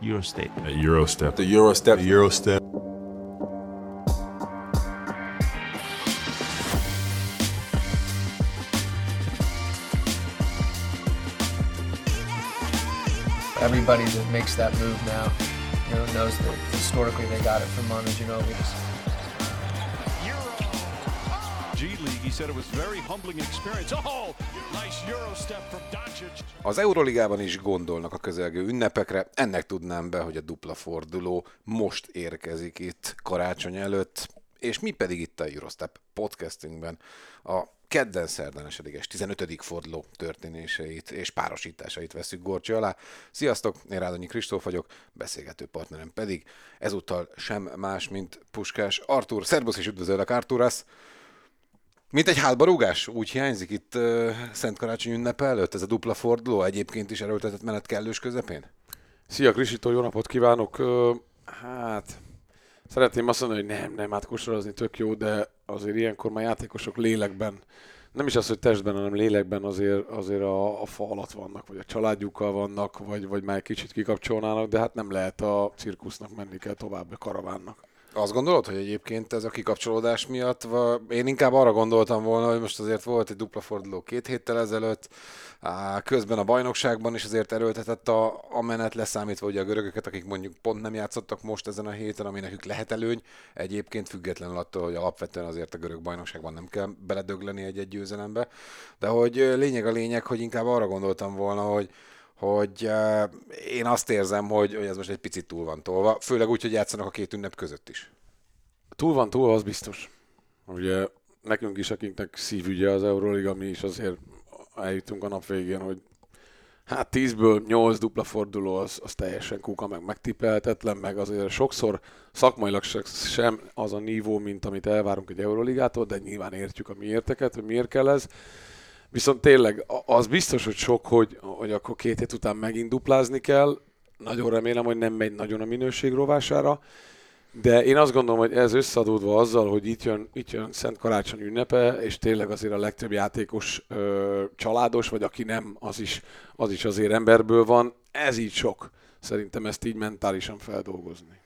Eurostep. Eurostep. The Eurostep. The Eurostep. Everybody that makes that move now, knows that historically they got it from Manu Ginobili. G League, he said it was very humbling experience. Oh, nice Eurostep from Doncic. Az Euroligában is gondolnak a közelgő ünnepekre, ennek tudnám be, hogy a dupla forduló most érkezik itt karácsony előtt, és mi pedig itt a Eurostep podcastünkben a kedden szerdán esedéges 15. forduló történéseit és párosításait veszük górcső alá. Sziasztok, én Rádonyi Kristóf vagyok, beszélgető partnerem pedig ezúttal sem más, mint Puskás Artúr. Szerbusz és üdvözöllek, Artúrasz! Mint egy hátbarúgás, úgy hiányzik itt Szent Karácsony ünnepe előtt ez a dupla forduló, egyébként is erőltetett menet kellős közepén? Szia Krisító, jó napot kívánok! Szeretném azt mondani, hogy nem, hát kosarazni tök jó, de azért ilyenkor már játékosok lélekben, nem is az, hogy testben, hanem lélekben azért a fa alatt vannak, vagy a családjukkal vannak, vagy már egy kicsit kikapcsolnának, de hát nem lehet a cirkusznak, menni kell tovább a karavánnak. Azt gondolod, hogy egyébként ez a kikapcsolódás miatt, én inkább arra gondoltam volna, hogy most azért volt egy dupla forduló 2 héttel ezelőtt, közben a bajnokságban is azért erőltetett a menet, leszámítva ugye a görögöket, akik mondjuk pont nem játszottak most ezen a héten, ami nekük lehet előny, egyébként függetlenül attól, hogy alapvetően azért a görög bajnokságban nem kell beledögleni egy győzelembe, de hogy lényeg a lényeg, hogy inkább arra gondoltam volna, hogy én azt érzem, hogy ez most egy picit túl van tolva, főleg úgy, hogy játszanak a 2 ünnep között is. Túl van tolva, az biztos. Ugye nekünk is, akiknek szívügye az Euroliga, mi is azért eljutunk a nap végén, hogy 10-ből 8 dupla forduló az teljesen kuka, meg megtippelhetetlen, meg azért sokszor szakmailag sem az a nívó, mint amit elvárunk egy Euroligától, de nyilván értjük a miérteket, hogy miért kell ez. Viszont tényleg az biztos, hogy sok, hogy akkor 2 hét után megint duplázni kell. Nagyon remélem, hogy nem megy nagyon a minőség rovására. De én azt gondolom, hogy ez összeadódva azzal, hogy itt jön Szent Karácsony ünnepe, és tényleg azért a legtöbb játékos családos, vagy aki nem, az is azért emberből van. Ez így sok. Szerintem ezt így mentálisan feldolgozni.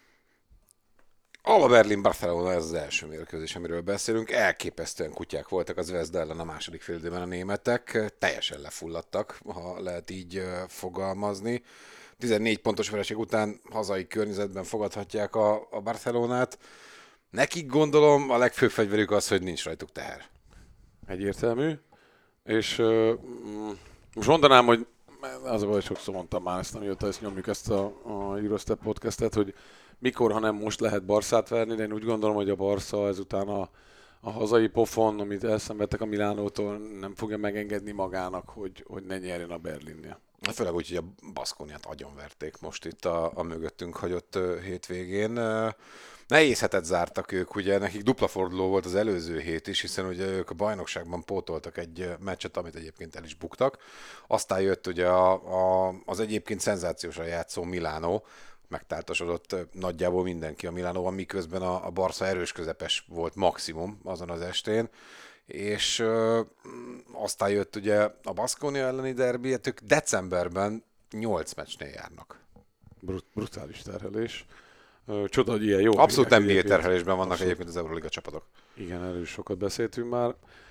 Alba Berlin-Barcelona, ez az első mérkőzés, amiről beszélünk. Elképesztően kutyák voltak az Zvezda ellen a második félidőben a németek. Teljesen lefulladtak, ha lehet így fogalmazni. 14 pontos vereség után hazai környezetben fogadhatják a Barcelonát. Nekik gondolom a legfőbb fegyverük az, hogy nincs rajtuk teher. Egyértelmű. És most mondanám, hogy az a baj, sokszor mondtam már ezt, amióta ezt nyomjuk ezt a Eurostep podcastet, hogy mikor, ha nem most lehet Barszát verni, de én úgy gondolom, hogy a Barca ezután a hazai pofon, amit elszenvedtek a Milánótól, nem fogja megengedni magának, hogy ne nyerjen a Berlinnél. Főleg úgy, hogy a Baskoniát agyonverték most itt a mögöttünk hagyott hétvégén. Nehéz hetet zártak ők, ugye nekik dupla forduló volt az előző hét is, hiszen ugye ők a bajnokságban pótoltak egy meccset, amit egyébként el is buktak. Aztán jött ugye az egyébként szenzációsan játszó Milánó, megtáltosodott nagyjából mindenki a Milánóban, miközben a Barca erős közepes volt maximum azon az estén, és aztán jött ugye a Baskonia elleni derbi, ők decemberben 8 meccsnél járnak. Brutális terhelés. Csoda, hogy ilyen jó. Abszolút NBA terhelésben vannak egyébként az Euroliga csapatok. Igen, erről is sokat beszéltünk már.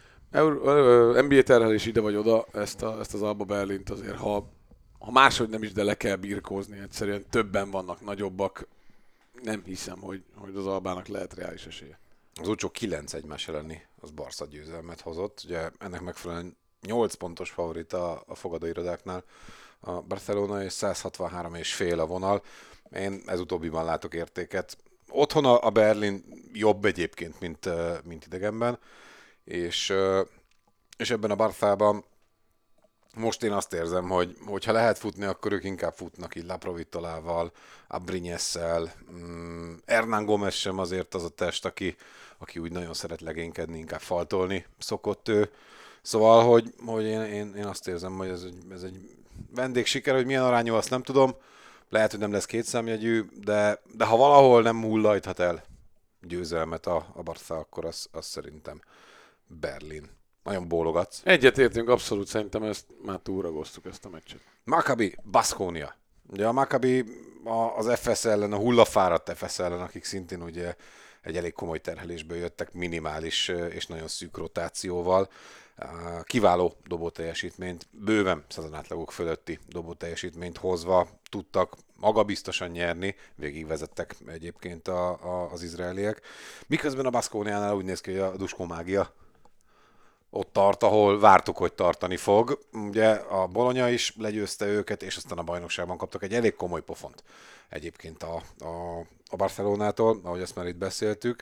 NBA terhelés ide vagy oda, ezt az Alba Berlint azért, ha máshogy nem is, de le kell birkózni. Egyszerűen többen vannak, nagyobbak. Nem hiszem, hogy az Albának lehet reális esélye. Az utolsó 9 egymás elleni az Barca győzelmet hozott. Ugye ennek megfelelően 8 pontos favorit a fogadóirodáknál a Barcelona, és 163,5 a vonal. Én ez utóbbiban látok értéket. Otthon a Berlin jobb egyébként, mint idegenben, és ebben a Barcában most én azt érzem, hogy ha lehet futni, akkor ők inkább futnak így Laprovitolával, Abrinyesszel, Hernán Gómez sem azért az a test, aki úgy nagyon szeret legénykedni, inkább faltolni szokott ő. Szóval, hogy én azt érzem, hogy ez egy vendégsiker, hogy milyen arányú, azt nem tudom. Lehet, hogy nem lesz 2 számjegyű, de ha valahol nem hullajthat el győzelmet a Barca, akkor az szerintem Berlin. Nagyon bólogatsz. Egyetértünk, abszolút, szerintem ezt már túlragoztuk ezt a meccset. Maccabi Baskonia. Ugye a Maccabi az FS ellen, a hullafáradt FS ellen, akik szintén ugye egy elég komoly terhelésből jöttek, minimális és nagyon szűk rotációval. Kiváló dobóteljesítményt, bőven szezonátlagok fölötti dobóteljesítményt hozva tudtak magabiztosan nyerni, végigvezettek egyébként az izraeliek. Miközben a Baskoniánál úgy néz ki, hogy a Duskó mágia ott tart, ahol vártuk, hogy tartani fog. Ugye a Bologna is legyőzte őket, és aztán a bajnokságban kaptak egy elég komoly pofont egyébként a Barcelonától, ahogy ezt már itt beszéltük.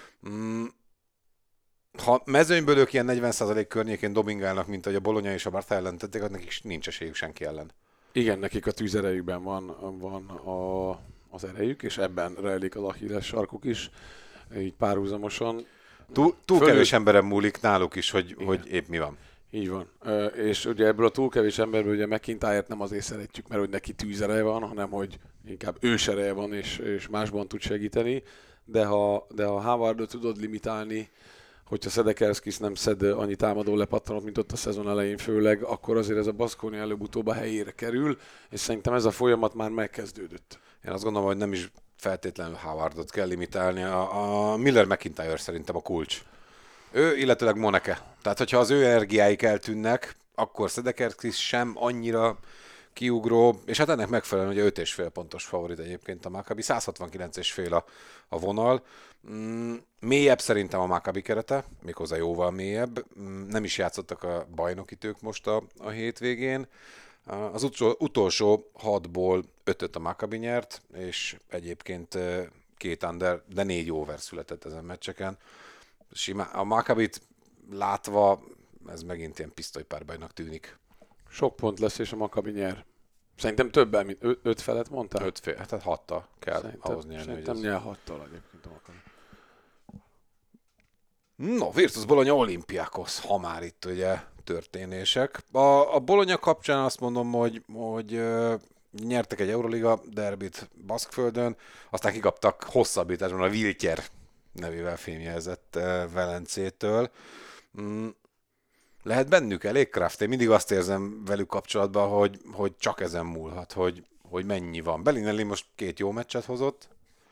Ha mezőnyből ők ilyen 40% környékén dobingálnak, mint ahogy a Bologna és a Barca ellen tették, az nekik nincs esélyük senki ellen. Igen, nekik a tűzerejükben van az erejük, és ebben rejlik az Achilles sarkuk is, így párhuzamosan. Túl kevés emberen múlik náluk is, hogy épp mi van. Így van. És ugye ebből a túl kevés emberből ugye McIntyre-t nem azért szeretjük, mert hogy neki tűzereje van, hanem hogy inkább ősereje van, és másban tud segíteni. De ha Howardot tudod limitálni, hogyha Sedekerskis nem szed annyi támadó lepattanot, mint ott a szezon elején főleg, akkor azért ez a Baskonia előbb-utóbb a helyére kerül, és szerintem ez a folyamat már megkezdődött. Én azt gondolom, hogy nem is feltétlenül Howardot kell limitálni. A Miller McIntyre szerintem a kulcs. Ő, illetőleg Moneke. Tehát, hogyha az ő energiáik eltűnnek, akkor Sedekerskis sem annyira kiugró, és hát ennek megfelelően ugye 5,5 pontos favorit egyébként a Maccabi, 169,5 a vonal. Mélyebb szerintem a Maccabi kerete, méghozzá jóval mélyebb. Nem is játszottak a bajnokitők most a hétvégén. Az utolsó 6-ból 5-öt a Maccabi nyert, és egyébként 2 under, de 4 over született ezen meccseken. A Maccabit látva ez megint ilyen pisztolypárbajnak tűnik. Sok pont lesz, és a Maccabi nyer. Szerintem többen, mint 5 felet mondtál? 5 fél, hát 6-tal kell ahhoz nyerni. Szerintem nyer 6-tal egyébként a Maccabi. No, Virtus Bologna Olympiakos, ha már itt ugye történések. A Bologna kapcsán azt mondom, hogy nyertek egy Euroliga derbit Baszkföldön, aztán kikaptak hosszabbításban a Wiltjer nevével fémjelzett Velencétől. Lehet bennük elég kraft? Én mindig azt érzem velük kapcsolatban, hogy csak ezen múlhat, hogy mennyi van. Bellinelli most 2 jó meccset hozott,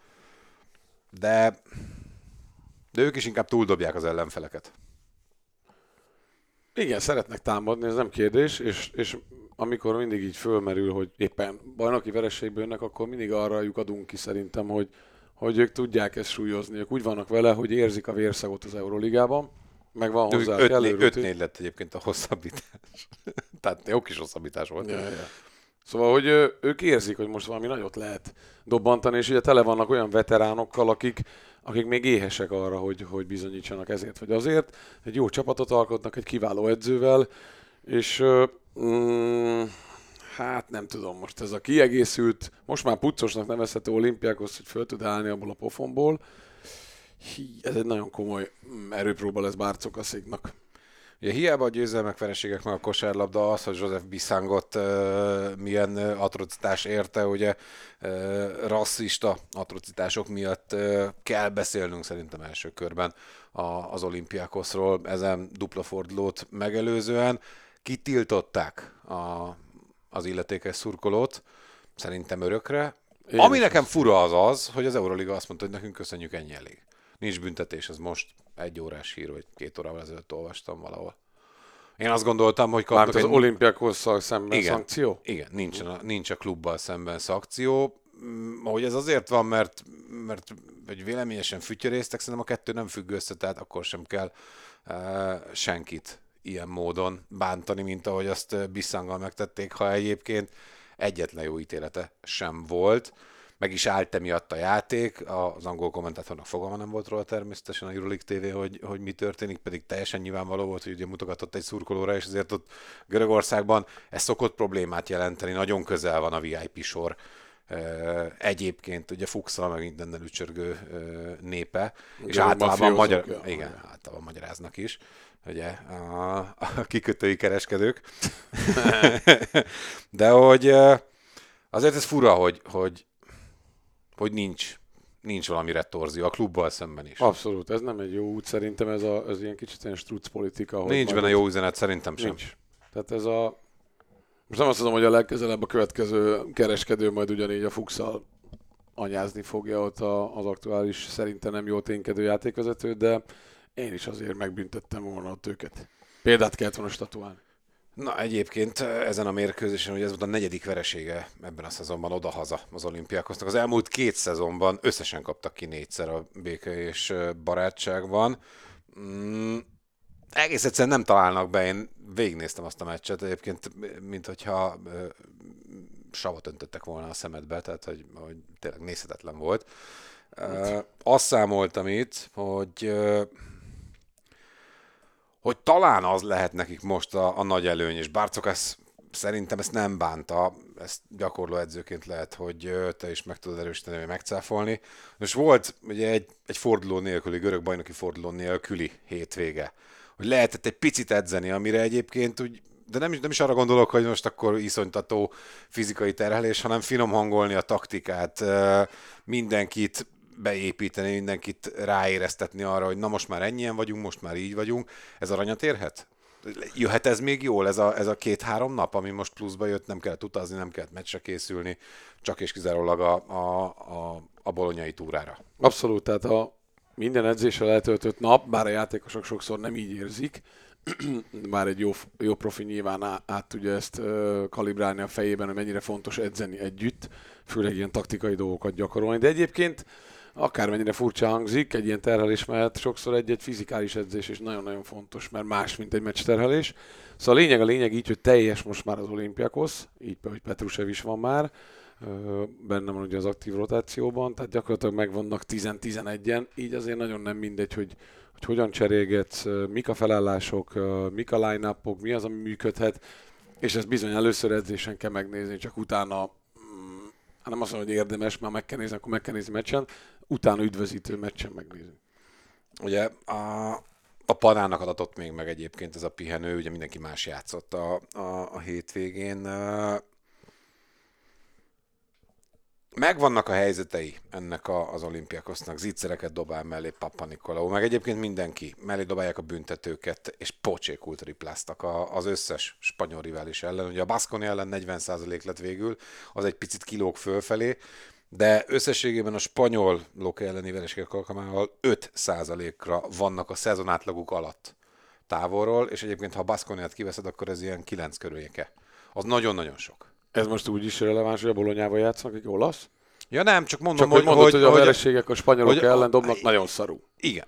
de ők is inkább túldobják az ellenfeleket. Igen, szeretnek támadni, ez nem kérdés, és amikor mindig így fölmerül, hogy éppen bajnoki vereségből jönnek, akkor mindig arra adunk ki szerintem, hogy ők tudják ezt súlyozni. Ők úgy vannak vele, hogy érzik a vérszagot az Euroligában, meg van hozzá 5-4 lett egyébként a hosszabbítás. Tehát jó kis hosszabbítás volt. Ja. Szóval, hogy ők érzik, hogy most valami nagyot lehet dobbantani, és ugye tele vannak olyan veteránokkal, akik még éhesek arra, hogy bizonyítsanak ezért vagy azért. Egy jó csapatot alkotnak egy kiváló edzővel, és hát nem tudom, most ez a kiegészült, most már puccosnak nevezhető Olympiakos, hogy föl tud állni abból a pofonból. Ez egy nagyon komoly erőpróba lesz Bárcokaszéknak. Ugye hiába a győzelmek, vereségek meg a kosárlabda az, hogy Joseph Bissangot milyen atrocitás érte, ugye rasszista atrocitások miatt kell beszélnünk szerintem első körben az Olympiakosról, ezen dupla fordulót megelőzően. Kitiltották az illetékes szurkolót, szerintem örökre. Ami nekem fura az, hogy az Euroliga azt mondta, hogy nekünk köszönjük, ennyi elég. Nincs büntetés, ez most 1 órás hír, vagy 2 órával ezelőtt olvastam valahol. Én azt gondoltam, hogy kaptak az Olympiakosszal szemben szankció? Igen, nincs a klubbal szemben szankció. Ahogy ez azért van, mert hogy véleményesen fütyöréztek, szerintem a 2 nem függ össze, tehát akkor sem kell senkit ilyen módon bántani, mint ahogy azt Bissanggal megtették, ha egyébként egyetlen jó ítélete sem volt. Meg is állt emiatt a játék, az angol kommentátornak fogalma nem volt róla természetesen a Euroleague TV, hogy mi történik, pedig teljesen nyilvánvaló volt, hogy ugye mutogatott egy szurkolóra, és azért ott Görögországban ez szokott problémát jelenteni, nagyon közel van a VIP sor. Egyébként ugye Fuchsal meg mindennel ücsörgő népe, és általában magyaráznak is, ugye a kikötői kereskedők. De hogy azért ez fura, hogy nincs valami retorzió a klubbal szemben is. Abszolút, ez nem egy jó út, szerintem ez ilyen kicsit ilyen struc politika. Nincs benne jó üzenet, szerintem sem. Nincs. Tehát ez a Most nem azt mondom, hogy a legközelebb a következő kereskedő majd ugyanígy a Fuchs-szal anyázni fogja ott az aktuális, szerintem nem jó ténykedő játékvezető, de én is azért megbüntettem volna ott őket. Példát kellett volna statuálni. Na egyébként ezen a mérkőzésen, hogy ez volt a 4. veresége ebben a szezonban oda-haza az Olympiakosnak. Az elmúlt 2 szezonban összesen kaptak ki 4-szer a béke és barátságban. Egész egyszerűen nem találnak be, én végignéztem azt a meccset, egyébként mint hogyha savat öntöttek volna a szemedbe, tehát hogy tényleg nézhetetlen volt. Azt számoltam itt, hogy talán az lehet nekik most a nagy előny, és Barcokas szerintem ezt nem bánta, ezt gyakorló edzőként lehet, hogy te is meg tudod erősíteni, vagy megcáfolni. Most volt ugye egy forduló nélküli, görög bajnoki forduló nélküli hétvége, hogy lehetett egy picit edzeni, amire egyébként úgy, de nem is arra gondolok, hogy most akkor iszonytató fizikai terhelés, hanem finom hangolni a taktikát, mindenkit beépíteni, mindenkit ráéreztetni arra, hogy na most már ennyien vagyunk, most már így vagyunk. Ez aranyat érhet? Jöhet ez még jól, ez a 2-3 nap, ami most pluszba jött, nem kellett utazni, nem kellett meccsre készülni, csak és kizárólag a bolonyai túrára. Abszolút, tehát a minden edzéssel eltöltött nap, bár a játékosok sokszor nem így érzik, már egy jó profi nyilván át tudja ezt kalibrálni a fejében, hogy mennyire fontos edzeni együtt, főleg ilyen taktikai dolgokat gyakorolni, de egyébként akármennyire furcsa hangzik, egy ilyen terhelés mellett sokszor egy fizikális edzés is nagyon-nagyon fontos, mert más, mint egy meccs terhelés. Szóval a lényeg így, hogy teljes most már az Olympiakos, így hogy Petrusev is van már, benne van ugye az aktív rotációban, tehát gyakorlatilag megvannak 10-11-en, így azért nagyon nem mindegy, hogy hogyan cserélgetsz, mik a felállások, mik a line-upok, mi az, ami működhet, és ezt bizony először edzésen kell megnézni, csak utána, nem azt mondom, hogy érdemes, már meg kell nézni, akkor meg kell nézni meccsen, utána üdvözítő meccsen megnézni. Ugye a Panának adatott még meg egyébként ez a pihenő, ugye mindenki más játszott a hétvégén. Megvannak a helyzetei ennek az Olympiakosznak, zicsereket dobál mellé Papa Nikolaou, meg egyébként mindenki mellé dobálják a büntetőket, és pocsékul tripláztak az összes spanyol rivális ellen. Ugye a Baskonia ellen 40% lett végül, az egy picit kilóg fölfelé, de összességében a spanyolok elleni vereségek alkalmával 5%-ra vannak a szezonátlaguk alatt távolról, és egyébként ha a Baskoniát kiveszed, akkor ez ilyen 9 körüléke. Az nagyon-nagyon sok. Ez most úgy is releváns, hogy a Bolonyában játszanak egy olasz? Ja nem, csak mondom, hogy mondod, hogy a vereségek a spanyolok ellen dobnak nagyon szarul. Igen,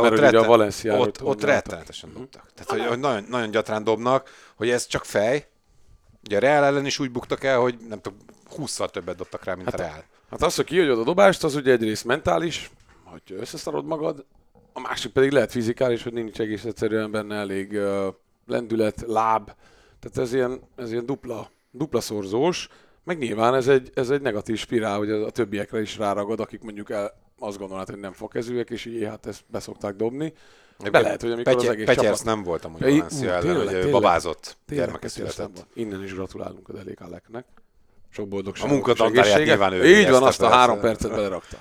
ott rettenetesen dobtak. Tehát, hogy nagyon, nagyon gyatrán dobnak, hogy ez csak fej. Ugye a Real ellen is úgy buktak el, hogy nem tudom, 20-szor többet dobtak rá, mint a Real. Hát az, hogy kihagyod a dobást, az ugye egyrészt mentális, hogy összeszarod magad, a másik pedig lehet fizikális, hogy nincs egész egyszerűen benne elég lendület, láb. Tehát ez ilyen dupla szorzós, meg nyilván ez egy negatív spirál, hogy a többiekre is ráragad, akik mondjuk azt gondolnád, hogy nem fokezőek, és így hát ezt beszokták dobni. Be lehet, hogy amikor az egész Petyersz nem volt amúgy a Valencia ellen, hogy babázott, gyermeke született. Innen is gratulálunk az Elék Aleknek. Sok boldogság. A munkatantárját nyilván ő. Így van, azt a 3 percet belerakta.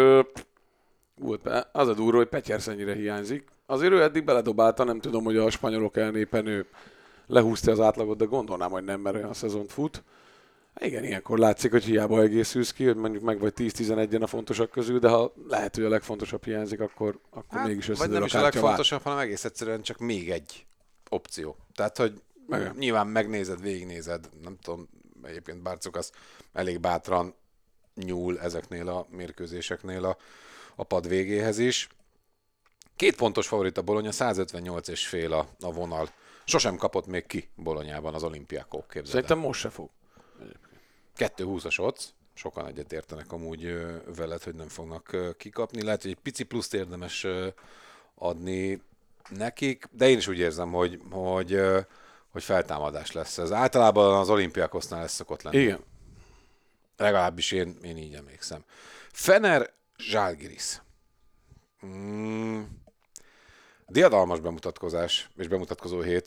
Az a durva, hogy Petyersz ennyire hiányzik. Azért ő eddig beledobálta, nem tudom, hogy a spanyolok elnépen ő lehúzta az átlagot, de gondolnám, hogy nem, mert olyan szezont fut. Igen, ilyenkor látszik, hogy hiába egészülsz ki, hogy mondjuk meg vagy 10-11-en a fontosak közül, de ha lehet, hogy a legfontosabb hiányzik, akkor mégis összedől a kártya. Vagy nem is a legfontosabb, hanem egész egyszerűen csak még egy opció. Tehát, hogy nyilván megnézed, végignézed, nem tudom, egyébként Barcokas elég bátran nyúl ezeknél a mérkőzéseknél a pad végéhez is. 2 pontos favorit a Bologna, 158,5 a vonal. Sosem kapott még ki Bolonyában az Olympiakó, képzeld. Szerintem most se fog. 2-20-as odds, sokan egyetértenek amúgy veled, hogy nem fognak kikapni. Lehet, hogy egy pici pluszt érdemes adni nekik, de én is úgy érzem, hogy feltámadás lesz ez. Általában az Olympiakosznál ez szokott lenni. Igen. Legalábbis én így emlékszem. Fener Zsalgiris. Diadalmas bemutatkozás és bemutatkozó hét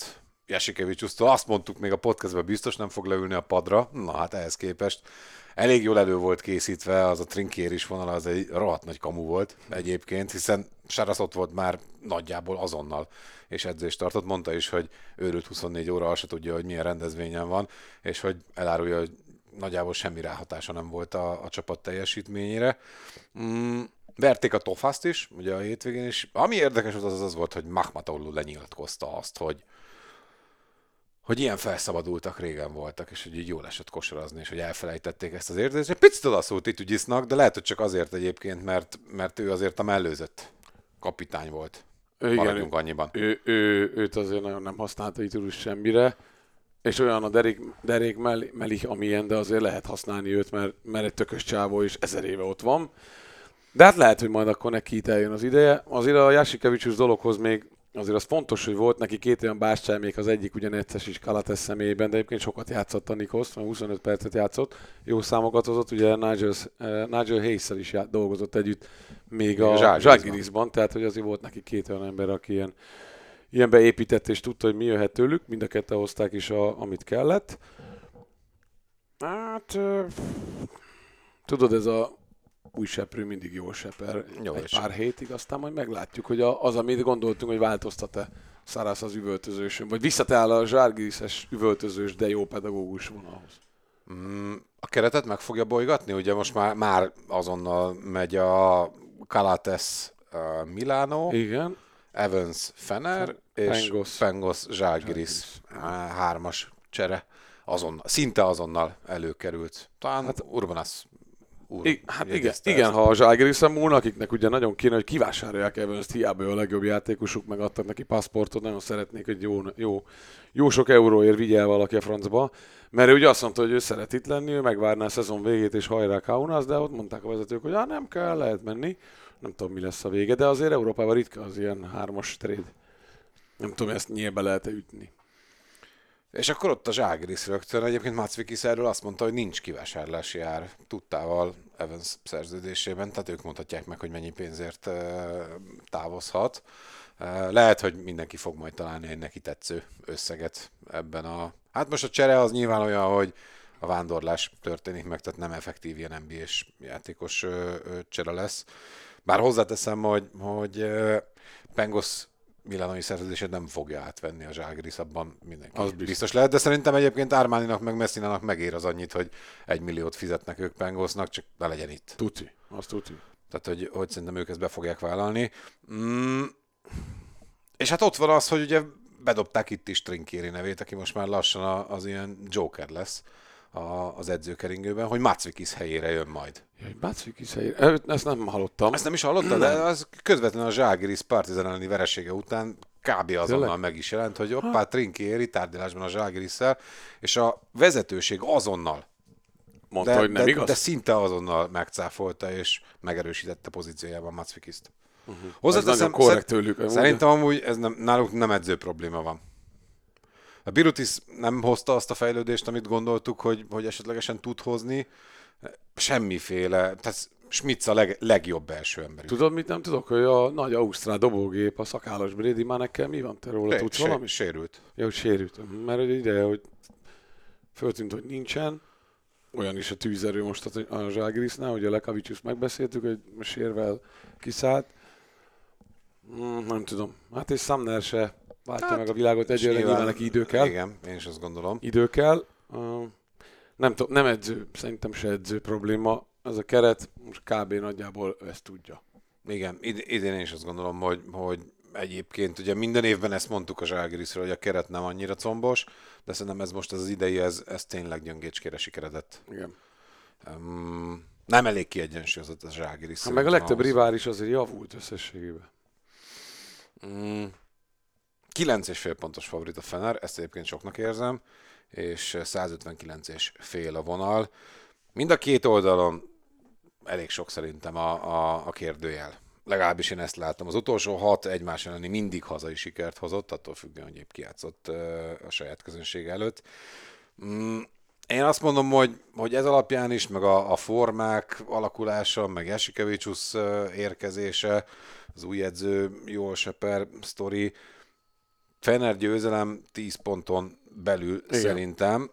Jasikevics-től. Azt mondtuk még a podcastban, biztos nem fog leülni a padra. Na hát ehhez képest elég jól elő volt készítve, az a Trinkier is vonal, az egy rohadt nagy kamu volt egyébként, hiszen Saras ott volt már nagyjából azonnal, és edzést tartott. Mondta is, hogy őrült 24 óra, azt se tudja, hogy milyen rendezvényen van, és hogy elárulja, hogy nagyjából semmi ráhatása nem volt a csapat teljesítményére. Verték a Tofaszt is, ugye a hétvégén is. Ami érdekes volt, az volt, hogy Makhmatoglou lenyilatkozta azt, hogy ilyen felszabadultak régen voltak, és hogy így jól esett kosarazni, és hogy elfelejtették ezt az érzést. Egy picit odaszólt Itugyisnak, de lehet, hogy csak azért egyébként, mert ő azért a mellőzött kapitány volt. Maradjunk annyiban. Őt azért nagyon nem használta Itugyis semmire, és olyan a Derek Melich, amilyen, de azért lehet használni őt, mert egy tökös csávó is 1000 éve ott van. De hát lehet, hogy majd akkor neki itt eljön az ideje. Azért a Jasikevics dologhoz még azért az fontos, hogy volt neki 2 olyan bástyáj, még az egyik ugye necces is Calathes személyében, de egyébként sokat játszott a Nikoszt, 25 percet játszott, jó számokat hozott, ugye Nigel Hayes-szel is dolgozott együtt, még a Žalgirisban, tehát hogy azért volt neki 2 olyan ember, aki ilyen beépített és tudta, hogy mi jöhet tőlük, mind a ketten hozták is, amit kellett. Hát, tudod, ez a új seprő mindig jól seper egy pár hétig, aztán majd meglátjuk, hogy az, amit gondoltunk, hogy változtat-e Saras az üvöltözősön, vagy visszatáll a Žalgirises üvöltözős, de jó pedagógus vonalhoz. A keretet meg fogja bolygatni? Ugye most már azonnal megy a Calathes Milano, igen. Evans Fener és Pengos Žalgiris 3-as csere. Szinte azonnal előkerült. Talán hát, Urbanas igen, ha a Žalgirisen múlna, akiknek ugye nagyon kéne, hogy kivásárolják Evans-t, hiába ő a legjobb játékosuk, meg adtak neki passzportot, nagyon szeretnék, hogy jó sok euróért vigye el valaki a francba, mert ő ugye azt mondta, hogy ő szeret itt lenni, ő megvárná a szezon végét és hajrá Kaunas, de ott mondták a vezetők, hogy nem kell, lehet menni. Nem tudom, mi lesz a vége, de azért Európában ritka az ilyen 3-as trade. Nem tudom, ezt nyílbe lehet-e ütni. És akkor ott a Žalgiris rögtön. Egyébként Matsvikis erről azt mondta, hogy nincs kivásárlási ár tudtával Evans szerződésében, tehát ők mondhatják meg, hogy mennyi pénzért távozhat. Lehet, hogy mindenki fog majd találni egy neki tetsző összeget ebben a... Hát most a csere az nyilván olyan, hogy a vándorlás történik meg, tehát nem effektív ilyen NBA-s játékos csere lesz. Bár hozzáteszem, hogy Pengos milánói szerződését nem fogja átvenni a Žalgiris, abban mindenki az biztos lehet, de szerintem egyébként Armaninak meg Messinának megér az annyit, hogy 1 milliót fizetnek ők Pengosnak, csak ne legyen itt. Tuti. Tehát, hogy szerintem ők ezt be fogják vállalni. És hát ott van az, hogy ugye bedobták itt is Trinkieri nevét, aki most már lassan az ilyen Joker lesz az edzőkeringőben, hogy Matsvikis helyére jön majd. Matsvikis helyére? Ezt nem hallottam. Ezt nem is hallottad, de az közvetlenül a Žalgiris Partizan elleni veresége után kb. Azonnal meg is jelent, hogy hoppá, Trinkieri tárgyalásban a Žalgirisszel, és a vezetőség azonnal mondta, hogy nem igaz? De szinte azonnal megcáfolta és megerősítette pozíciójában Matsvikist. Hozzáteszem, szerintem amúgy náluk nem edző probléma van. A Birutis nem hozta azt a fejlődést, amit gondoltuk, hogy esetlegesen tud hozni. Semmiféle. Tehát Schmitz a legjobb belső ember. Tudod, mit nem tudok? Hogy a nagy ausztrál dobógép, a szakállas Brady Manekkel mi van? Te róla tudsz valami? Sérült. Ja, hogy sérült. Mert egy ideje, hogy föltűnt, hogy nincsen. Olyan is a tűzerő most a Žalgirisnál, hogy a Lekavicius megbeszéltük, hogy sérvel kiszállt. Nem tudom. Hát és Sumner se váltja meg a világot egyőre, nyilván neki idő kell. Igen, én is azt gondolom. Idő kell. Nem tudom, nem edző, szerintem se edző probléma. Ez a keret most kb. Nagyjából ezt tudja. Igen, idén én is azt gondolom, hogy egyébként ugye minden évben ezt mondtuk a Žalgirisről, hogy a keret nem annyira combos, de szerintem ez most az idei, ez tényleg gyöngécskére sikeredett. Igen. Nem elég kiegyensúlyozott a Žalgiris. Meg a legtöbb rivális azért javult összességében. 9,5 pontos favorit a Fener, ezt egyébként soknak érzem, és 159,5 a vonal. Mind a két oldalon elég sok szerintem a kérdőjel. Legalábbis én ezt láttam. Az utolsó 6 egymás elleni mindig hazai sikert hozott, attól függően, hogy épp kijátszott a saját közönség előtt. Én azt mondom, hogy ez alapján is, meg a formák alakulása, meg Jasikevics érkezése, az új edző, jól seper sztori, Fener győzelem 10 ponton belül igen. szerintem.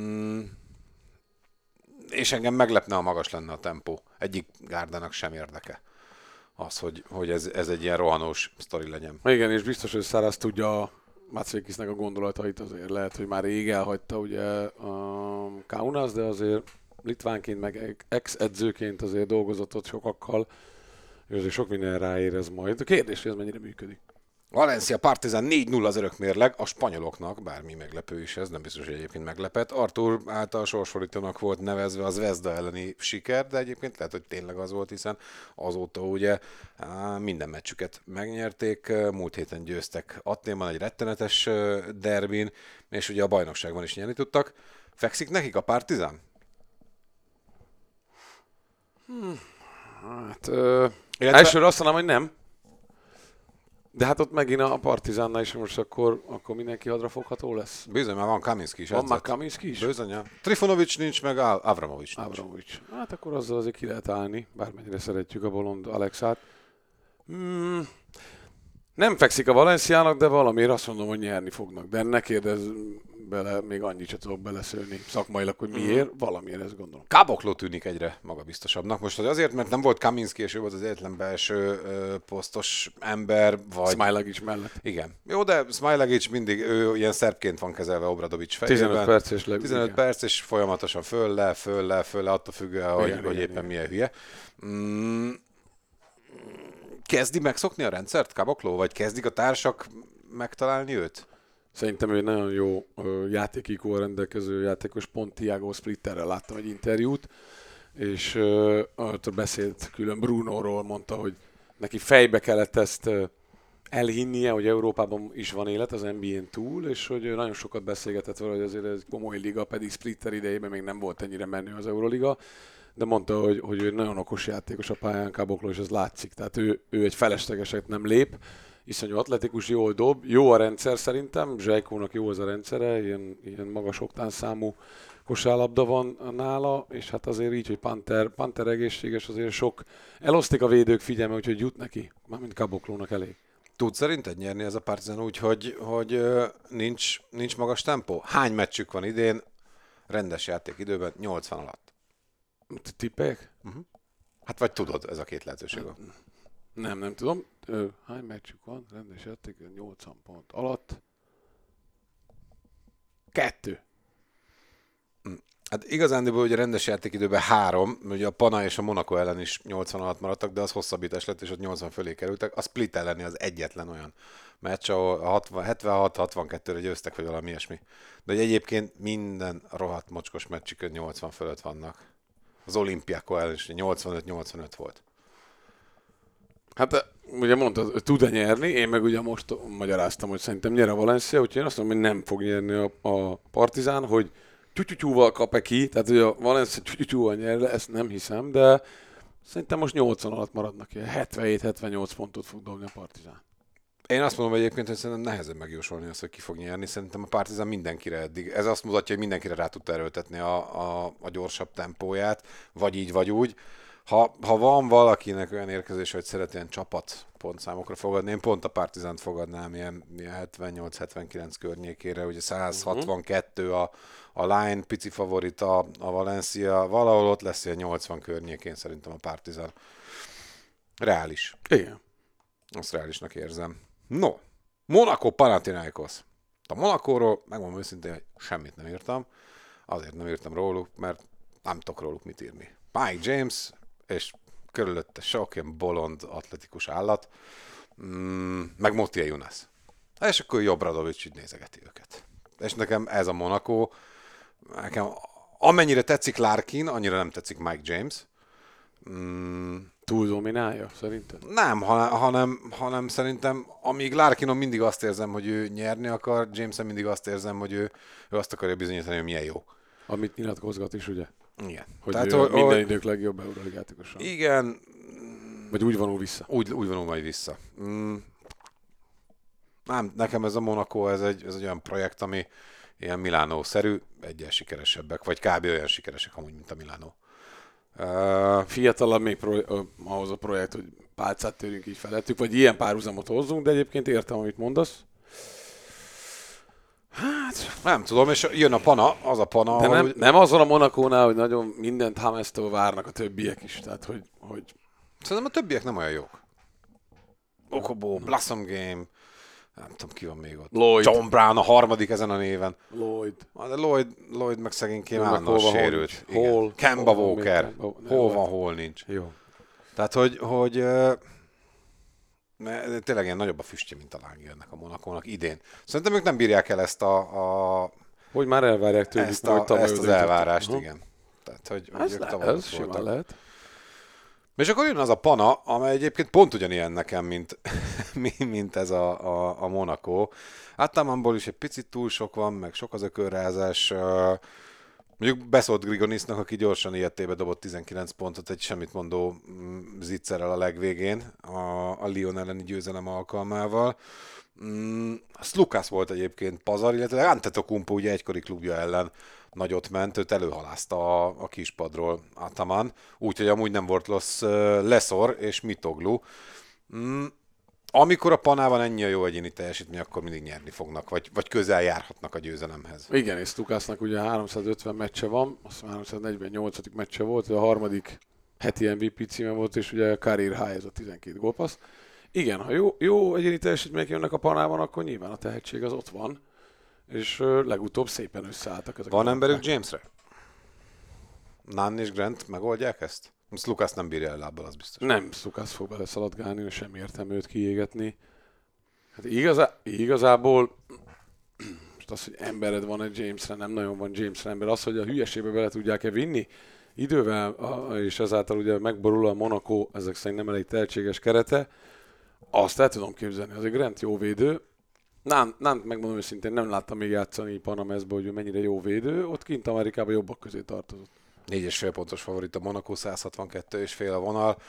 És engem meglepne, ha magas lenne a tempó. Egyik gárdának sem érdeke az, hogy ez egy ilyen rohanós sztori legyen. Igen, és biztos, hogy Száraz tudja a Matsvekisnek a gondolatait, azért lehet, hogy már rég elhagyta ugye a Kaunas, de azért litvánként, meg ex-edzőként azért dolgozott ott sokakkal, és azért sok minden ráérez majd. A kérdés, hogy ez mennyire működik. Valencia Partizan 4-0 az örökmérleg, a spanyoloknak, bármi meglepő is ez, nem biztos, hogy egyébként meglepett. Artur által sorsfordítónak volt nevezve az Zvezda elleni siker, de egyébként lehet, hogy tényleg az volt, hiszen azóta ugye minden meccsüket megnyerték, múlt héten győztek Athénban egy rettenetes derbin, és ugye a bajnokságban is nyerni tudtak. Fekszik nekik a Partizan? Hát elsőre azt mondanám, hogy nem. De hát ott megint a Partizánnál is most akkor mindenki hadrafogható lesz. Bizony, már van Kaminski is. Van már Kaminski is? Bizony. Trifunovics nincs, meg Avramovics nincs. Avramovics. Hát akkor azzal azért ki lehet állni, bármennyire szeretjük a bolond Alexát. Nem fekszik a Valenciának, de valamiért azt mondom, hogy nyerni fognak. De ne kérdezz bele, még annyit sem tudok beleszélni szakmailag, hogy miért, valamiért ezt gondolom. Caboclo tűnik egyre magabiztosabbnak. Most azért, mert nem volt Kaminski, és ő volt az egyetlen belső posztos ember, vagy... Smailagic mellett. Igen. Jó, de Smailagic mindig, ő ilyen szerbként van kezelve Obradovics fejében. 15 perc és 15 perc, és folyamatosan föl le, attól függően, hogy éppen milyen hülye. Kezdi megszokni a rendszert Caboclo, vagy kezdik a társak megtalálni őt? Szerintem ő egy nagyon jó játékikóval rendelkező játékos, pont Thiago Splitterrel láttam egy interjút, és ott beszélt külön Brunóról, mondta, hogy neki fejbe kellett ezt elhinnie, hogy Európában is van élet az NBA-n túl, és hogy nagyon sokat beszélgetett vele, hogy azért ez komoly liga, pedig Splitter idejében még nem volt ennyire menő az Euroliga, de mondta, hogy ő nagyon okos játékos a pályán, Caboclo, és ez látszik. Tehát ő egy feleslegeset nem lép, iszonyú atletikus, jól dob, jó a rendszer szerintem, Zsejkónak jó az a rendszere, ilyen magas oktánszámú kosárlabda van nála, és hát azért így, hogy Panther egészséges, azért sok elosztik a védők figyelme, úgyhogy jut neki, mármint Caboclónak elég. Tud szerinted nyerni ez a Partizan úgy, hogy nincs magas tempó? Hány meccsük van idén rendes játékidőben 80 alatt? Tippek? Hát vagy tudod, ez a két lehetőség van. Nem tudom. Hány meccsük van? Rendes játék, 80 pont alatt. 2. Hát igazándiból ugye rendes játékidőben 3, ugye a Pana és a Monaco ellen is 80 alatt maradtak, de az hosszabbítás lett, és ott 80 fölé kerültek. A Split elleni az egyetlen olyan meccs, ahol 76-62-re győztek, vagy valami ilyesmi. De egyébként minden rohadt mocskos meccsükön 80 fölött vannak. Az Olympiáko ellen is 85-85 volt. Hát ugye mondtad, tud-e nyerni, én meg ugye most magyaráztam, hogy szerintem nyer a Valencia, úgyhogy én azt mondom, hogy nem fog nyerni a Partizán, hogy tyútyúval kap-e ki, tehát hogy a Valencia tyútyúval nyer le, ezt nem hiszem, de szerintem most 80 alatt maradnak ki, 77-78 pontot fog dobni a Partizán. Én azt mondom egyébként, hogy szerintem nehezebb megjósolni azt, hogy ki fog nyerni. Szerintem a Partizan mindenkire eddig. Ez azt mutatja, hogy mindenkire rá tudta erőltetni a gyorsabb tempóját, vagy így, vagy úgy. Ha van valakinek olyan érzés, hogy szeret ilyen csapat pontszámokra fogadni, én pont a Partizánt fogadnám ilyen 78-79 környékére, ugye 162 a Line, pici favorit a Valencia, valahol ott lesz ilyen 80 környékén szerintem a Partizan. Reális. Igen. Azt reálisnak érzem. No, Monaco Panathinaikos. A Monacóról megmondom őszintén, hogy semmit nem írtam. Azért nem írtam róluk, mert nem tudok róluk mit írni. Mike James, és körülötte sok ilyen bolond atletikus állat, meg Motia Younes. És akkor Obradovics így nézegeti őket. És nekem ez a Monaco, nekem amennyire tetszik Larkin, annyira nem tetszik Mike James. Túl dominálja, szerintem? Nem, hanem szerintem, amíg Larkinon mindig azt érzem, hogy ő nyerni akar, Jameson mindig azt érzem, hogy ő azt akarja bizonyítani, hogy milyen jó. Amit nyilatkozgat is, ugye? Igen. Hogy tehát, minden idők legjobb Euroliga játékosa. Igen. Vagy úgy vonul vissza. Úgy vonul majd vissza. Nem, nekem ez a Monaco, ez egy olyan projekt, ami ilyen Milánó-szerű, egyel sikeresebbek, vagy kb. Olyan sikeresek amúgy, mint a Milánó. Fiatalabb még ahhoz a projekt, hogy pálcát törjünk így felettük, vagy ilyen párhuzamot hozzunk, de egyébként értem, amit mondasz. Hát, nem tudom, és jön a pana, az a pana, De ahol nem azon a Monacónál, hogy nagyon mindent Hamestől várnak a többiek is. Tehát, hogy szerintem a többiek nem olyan jók. Okobo, Blossom Game, nem tudom ki van még ott. Lloyd. John Brown a harmadik ezen a néven. Lloyd. De Lloyd meg szegénykém Meg állandóan hol van, sérült. hol nincs. Hol- Kemba hol van Walker. még Kemba- Hol nem, van, hol nincs. Jó. Tehát, hogy tényleg ilyen nagyobb a füstje, mint a láng ennek a Monacónak idén. Szerintem ők nem bírják el ezt Hogy már elvárják tőlük, ezt, hogy tavaly ezt az oda jutottak. elvárást, Aha. igen. Tehát, hogy Ez, ők le, tavaly ez ott simán voltak. lehet. És akkor jön az a pana, amely egyébként pont ugyanilyen nekem, mint ez a Monaco. Atamanból is egy picit túl sok van, meg sok az ökörrázás. Mondjuk beszólt Grigonisnak, aki gyorsan ilyettébe dobott 19 pontot egy semmit mondó zicserrel a legvégén a Lyon elleni győzelem alkalmával. Slukas volt egyébként pazar, illetve Antetokounmpo ugye egykori klubja ellen nagyot ment, őt előhalázta a kispadról Ataman, úgyhogy amúgy nem volt Leszor és Mitoglu. Amikor a panában ennyi a jó egyéni teljesítmény, akkor mindig nyerni fognak, vagy közel járhatnak a győzelemhez. Igen, és Lukasznak ugye 350 meccse van, azt 348. meccse volt, a harmadik heti MVP címe volt, és ugye a career high ez a 12 gólpassz. Igen, ha jó egyéni teljesítmények jönnek a panában, akkor nyilván a tehetség az ott van, és legutóbb szépen összeálltak ezek. Van emberük Jamesre? Nunn és Grant megoldják ezt? Most Lukasz nem bírja el lábbal, az biztos. Nem Lukasz fog beleszaladgálni, sem értem őt kiégetni. Hát igazából most az, hogy embered van egy Jamesre, nem nagyon van Jamesre ember. Az, hogy a hülyeségbe bele tudják-e vinni idővel, és ezáltal ugye megborul a Monaco, ezek szerint nem elég tehetséges kerete, azt el tudom képzelni. Azért Grant jó védő. Nánt megmondom őszintén, nem láttam még játszani Panameszbe, hogy ő mennyire jó védő. Ott kint Amerikában jobbak közé tartozott. 4,5 pontos favorit a Monaco, 162,5 a vonal.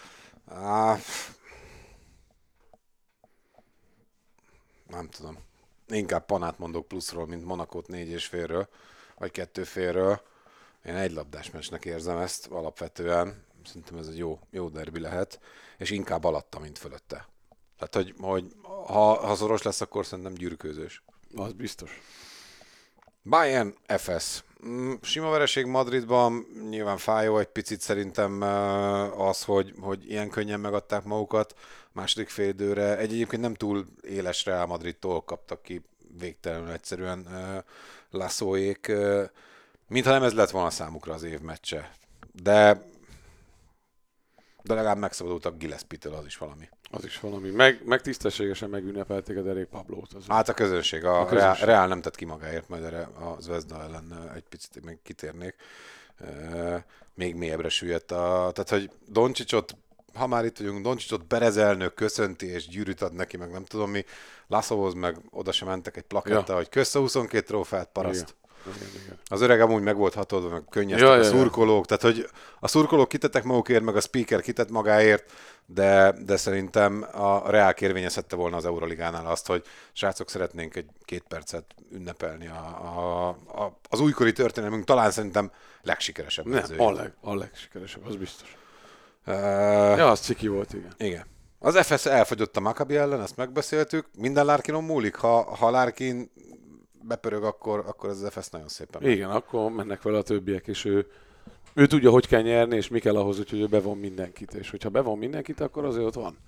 Nem tudom. Inkább panát mondok pluszról, mint Monacót 4,5-ről, vagy 2,5-ről. Én egy labdás meccsnek érzem ezt alapvetően. Szerintem ez egy jó derbi lehet, és inkább alatta, mint fölötte. Tehát, hogy ha szoros lesz, akkor szerintem gyűrűkőzős. Az biztos. Bayern, FS. Sima vereség Madridban, nyilván fájó egy picit szerintem az, hogy ilyen könnyen megadták magukat második fél időre. Egyébként nem túl éles Real Madridtól kaptak ki végtelenül egyszerűen Lassóék, mintha nem ez lett volna számukra az év meccse. De legalább megszabadultak Gillespie-től, az is valami. Az is valami. Meg tisztességesen megünnepelték a derék Pablót. Hát a közönség. A közönség. Real nem tett ki magáért, majd erre a Zvezda ellen egy picit még kitérnék. Még mélyebbre süllyedt. Tehát, hogy Dončićot, ha már itt vagyunk, Dončićot Perez elnök köszönti, és gyűrűt ad neki, meg nem tudom mi. Lassóhoz meg oda sem mentek egy plaketta, hogy kösz a 22 trófeát, paraszt. Igen. Az öreg amúgy meg volt hatódva, meg könnyeztek a szurkolók, tehát hogy a szurkolók kitettek magukért, meg a speaker kitett magáért, de szerintem a Real kérvényezhette volna az Euroligánál azt, hogy srácok, szeretnénk egy 2 percet ünnepelni az újkori történelmünk, talán szerintem legsikeresebb. A legsikeresebb, az biztos. Az ciki volt, igen. Igen. Az FS elfogyott a Maccabi ellen, ezt megbeszéltük, minden Larkinon múlik, ha Larkin bepörög, akkor az FS nagyon szépen. Igen, akkor mennek vele a többiek, és ő tudja, hogy kell nyerni, és mi kell ahhoz, hogy ő bevon mindenkit. És hogyha bevon mindenkit, akkor azért ott van.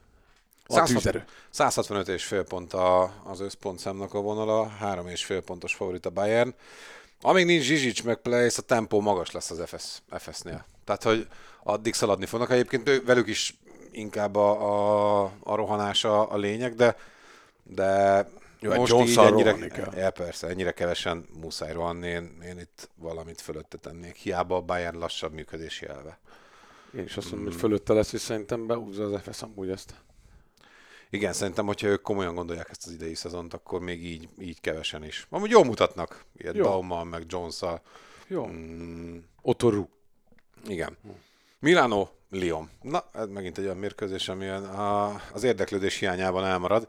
165,5 pont az összpontszámnak a vonala, 3,5 pontos favorit a Bayern. Amíg nincs Zsizsics meg Place, a tempó magas lesz az FS-nél. Tehát, hogy addig szaladni fognak. Egyébként velük is inkább a rohanása a lényeg, de jó, most így ennyire kevesen muszáj rohanni, én itt valamit fölötte tennék. Hiába a Bayern lassabb működési elve. Én is azt mondom, hogy fölötte lesz, és szerintem behúzza az FS amúgy ezt. Igen, szerintem, hogyha ők komolyan gondolják ezt az idei szezont, akkor még így kevesen is. Amúgy jól mutatnak, ilyet Baumann, meg Jones-szal. Jó. Otoru. Igen. Milano, Lyon. Na, ez megint egy olyan mérkőzés, ami az érdeklődés hiányában elmarad.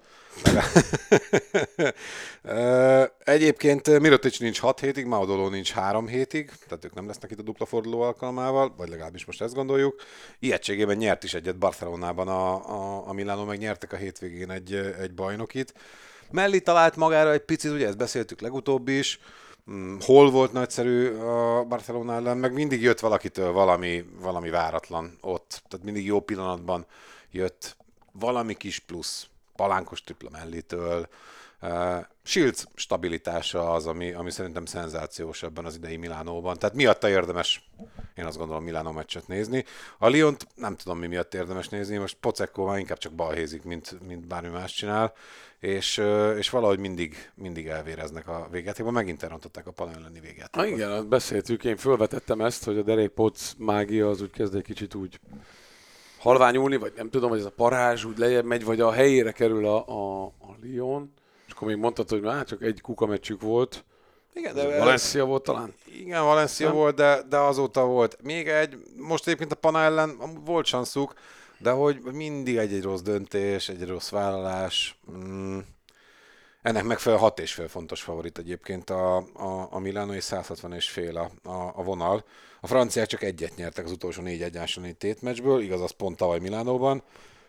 Egyébként Mirotic nincs 6 hétig, Maudolo nincs 3 hétig, tehát ők nem lesznek itt a dupla forduló alkalmával, vagy legalábbis most ezt gondoljuk. Ilyetségében nyert is egyet Barcelonában a Milano, meg nyertek a hétvégén egy bajnokit. Melli talált magára egy picit, ugye ezt beszéltük legutóbb is, hol volt nagyszerű a Barcelona ellen, meg mindig jött valakitől valami váratlan ott, tehát mindig jó pillanatban jött valami kis plusz, palánkos tripla Mellitől. Shields stabilitása az, ami szerintem szenzációs ebben az idei Milánóban. Tehát miatta érdemes, én azt gondolom, Milánó meccset nézni. A Lyont nem tudom, mi miatt érdemes nézni, most Poceccó már inkább csak balhézik, mint bármi más csinál, és valahogy mindig elvéreznek a végjátékban. Megint elrontották a Pala elleni végjátékot. Igen, beszéltük, én felvetettem ezt, hogy a Derek Potts mágia az úgy kezd egy kicsit úgy halványulni, vagy nem tudom, hogy ez a parázs úgy lejjebb megy, vagy a helyére kerül a Lyon. És akkor még mondtad, hogy csak egy kukameccsük volt. Igen, de Valencia volt talán? Igen, Valencia nem? Volt, de azóta volt még egy. Most egyébként a Pana ellen volt sanszuk, de hogy mindig egy rossz döntés, egy rossz vállalás. Ennek megfelelően 6,5 fontos favorit egyébként a Milano, és 160,5 a vonal. A franciák csak egyet nyertek az utolsó 4 egyensúlyi tétmeccsből, igaz, az pont tavaly Milánóban.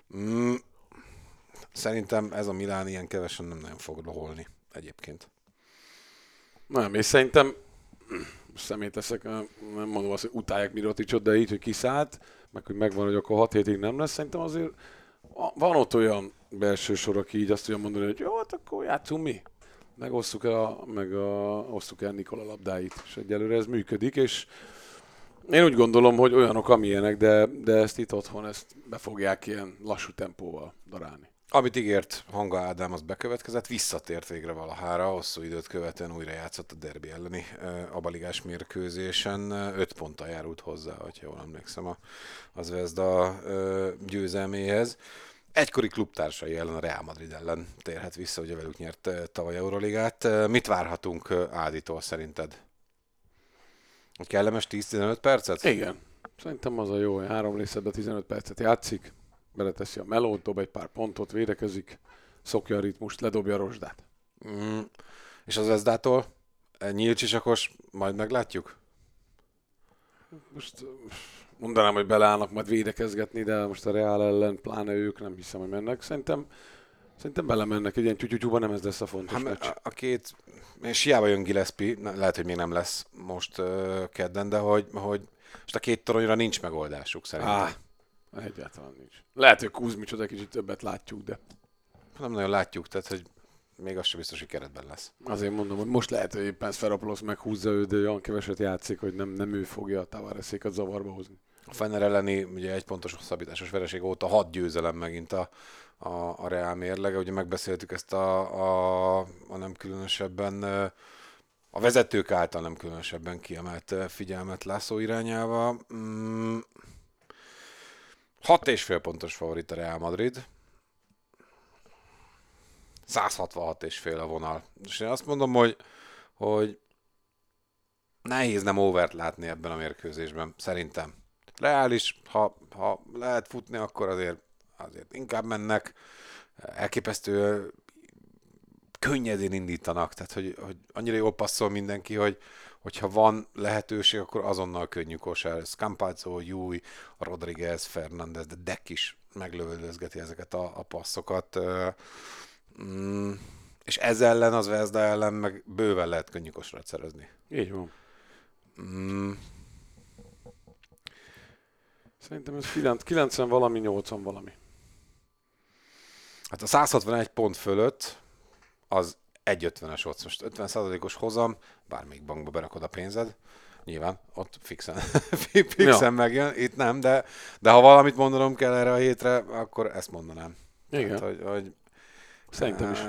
Szerintem ez a Milán ilyen kevesen nem nagyon fog roholni egyébként. Nem, és szerintem szemét teszek, nem mondom azt, hogy utálják Miroticsot, de így, hogy kiszállt, meg hogy megvan, hogy akkor 6 hétig nem lesz, szerintem azért van ott olyan belső sor, aki így azt tudja mondani, hogy jó, hát akkor játszunk mi. Osszuk el Nikola labdáit, és egyelőre ez működik, és én úgy gondolom, hogy olyanok, amilyenek, de ezt itt otthon ezt be fogják ilyen lassú tempóval darálni. Amit ígért Hanga Ádám, az bekövetkezett, visszatért végre valahára, hosszú időt követően újra játszott a derbi elleni abaligás mérkőzésen, 5 ponttal járult hozzá, hogyha jól emlékszem az Zvezda győzelméhez. Egykori klubtársai ellen, a Real Madrid ellen térhet vissza, ugye velük nyert tavaly Euroligát. Mit várhatunk Áditól szerinted? Egy kellemes 10-15 percet? Igen. Szerintem az a jó, hogy 3 részletben 15 percet játszik, beleteszi a melót, dob egy pár pontot, védekezik, szokja a ritmust, ledobja a rozsdát. És az Zvezdától? Nyílcsisakos, majd meglátjuk? Most mondanám, hogy beleállnak majd védekezgetni, de most a Real ellen, pláne ők, nem hiszem, hogy mennek. Szerintem belemennek, egy ilyen tyutyutyúban nem ez lesz a fontos meccs. A két, és hiába jön Gillespie, lehet, hogy még nem lesz most kedden, de hogy most a két toronyra nincs megoldásuk szerintem. Egyáltalán nincs. Lehet, hogy Kuzmicsot egy kicsit többet látjuk, de nem nagyon látjuk, tehát hogy még az sem biztos, hogy keretben lesz. Azért mondom, hogy most lehet, hogy éppen Sferapolos meghúzza őt, de olyan keveset játszik, hogy nem ő fogja a Tavaresékat zavarba hozni. A Fener elleni ugye 1 pontos hosszabbításos vereség óta 6 győzelem megint a Real mérlege. Ugye megbeszéltük ezt a nem különösebben, a vezetők által nem különösebben kiemelt figyelmet László irányába. 6,5 pontos favorit a Real Madrid. 166,5 a vonal. És én azt mondom, hogy nehéz nem overt látni ebben a mérkőzésben, szerintem. Reális, ha lehet futni, akkor azért inkább mennek. Elképesztő könnyedén indítanak, tehát hogy annyira jól passzol mindenki, hogyha van lehetőség, akkor azonnal könnyű kosár. Campazzo, Júj, Rodriguez, Fernández, de Deck is meglövöldözgeti ezeket a passzokat. És ez ellen, az Zvezda ellen meg bőven lehet könnyű kosarat szerezni. Így van. Szerintem ez 90 valami, 80 valami. Hát a 161 pont fölött az 1,50-es ott. Most 50%-os hozam, bármelyik bankba berakod a pénzed. Nyilván, ott fixen megjön, itt nem, de ha valamit mondanom kell erre a hétre, akkor ezt mondanám. Igen. Tehát, hogy szerintem is.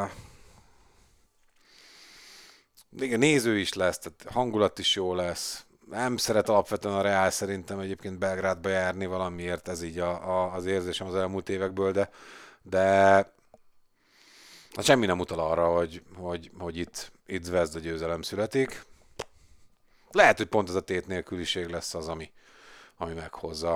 Igen, néző is lesz, tehát hangulat is jó lesz. Nem szeret alapvetően a Real szerintem egyébként Belgrádba járni valamiért, ez így az érzésem az elmúlt évekből, de hát semmi nem utal arra, hogy itt Zvezda győzelem születik. Lehet, hogy pont ez a tét nélküliség lesz az, ami meghozza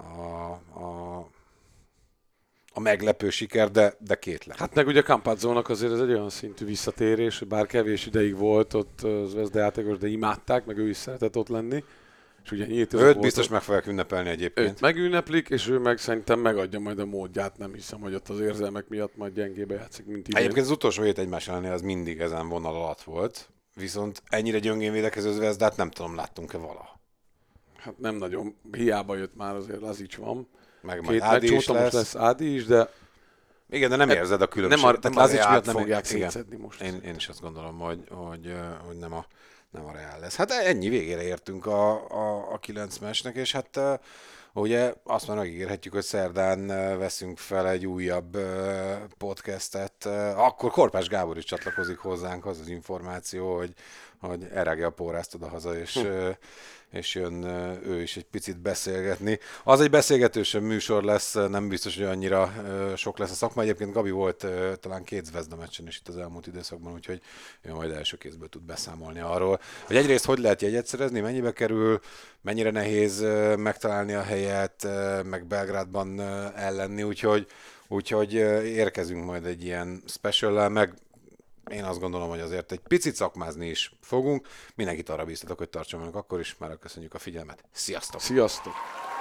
a meglepő siker, de kétlen. Hát meg ugye Campazzónak azért ez egy olyan szintű visszatérés, hogy bár kevés ideig volt ott az Zvezda játékos, de imádták, meg ő is szeretett ott lenni. És ugye nyílt Őt biztos meg fogják ünnepelni egyébként. Őt megünneplik, és ő meg szerintem megadja majd a módját, nem hiszem, hogy ott az érzelmek miatt majd gyengébe játszik, mint idén. Egyébként az utolsó hét egymás elleni az mindig ezen vonal alatt volt, viszont ennyire gyöngén védekező Zvezdát nem tudom, láttunk-e valaha. Hát nem nagyon, hiába jött már, azért Lazic van. Meg majd Két Ádi meccs is óta most lesz Ádi is, de igen, de nem érzed a különbséget. nem a Reált fogják szétszedni most. Én is azt gondolom, hogy nem a Reál lesz. Hát ennyi, végére értünk a 9 meccsnek, és hát ugye azt már megígérhetjük, hogy szerdán veszünk fel egy újabb podcastet. Akkor Korpás Gábor is csatlakozik hozzánk, az információ, hogy elrágja a pórázt odahaza, és jön ő is egy picit beszélgetni. Az egy beszélgetősebb műsor lesz, nem biztos, hogy annyira sok lesz a szakma. Egyébként Gabi volt talán 2 Zvezda meccsen is itt az elmúlt időszakban, úgyhogy ő majd első kézből tud beszámolni arról, hogy egyrészt hogy lehet jegyet szerezni, mennyibe kerül, mennyire nehéz megtalálni a helyet, meg Belgrádban ellenni, úgyhogy érkezünk majd egy ilyen special-lel, meg én azt gondolom, hogy azért egy picit szakmázni is fogunk. Mindenkit arra bíztatok, hogy tartson velünk akkor is. Már köszönjük a figyelmet. Sziasztok! Sziasztok!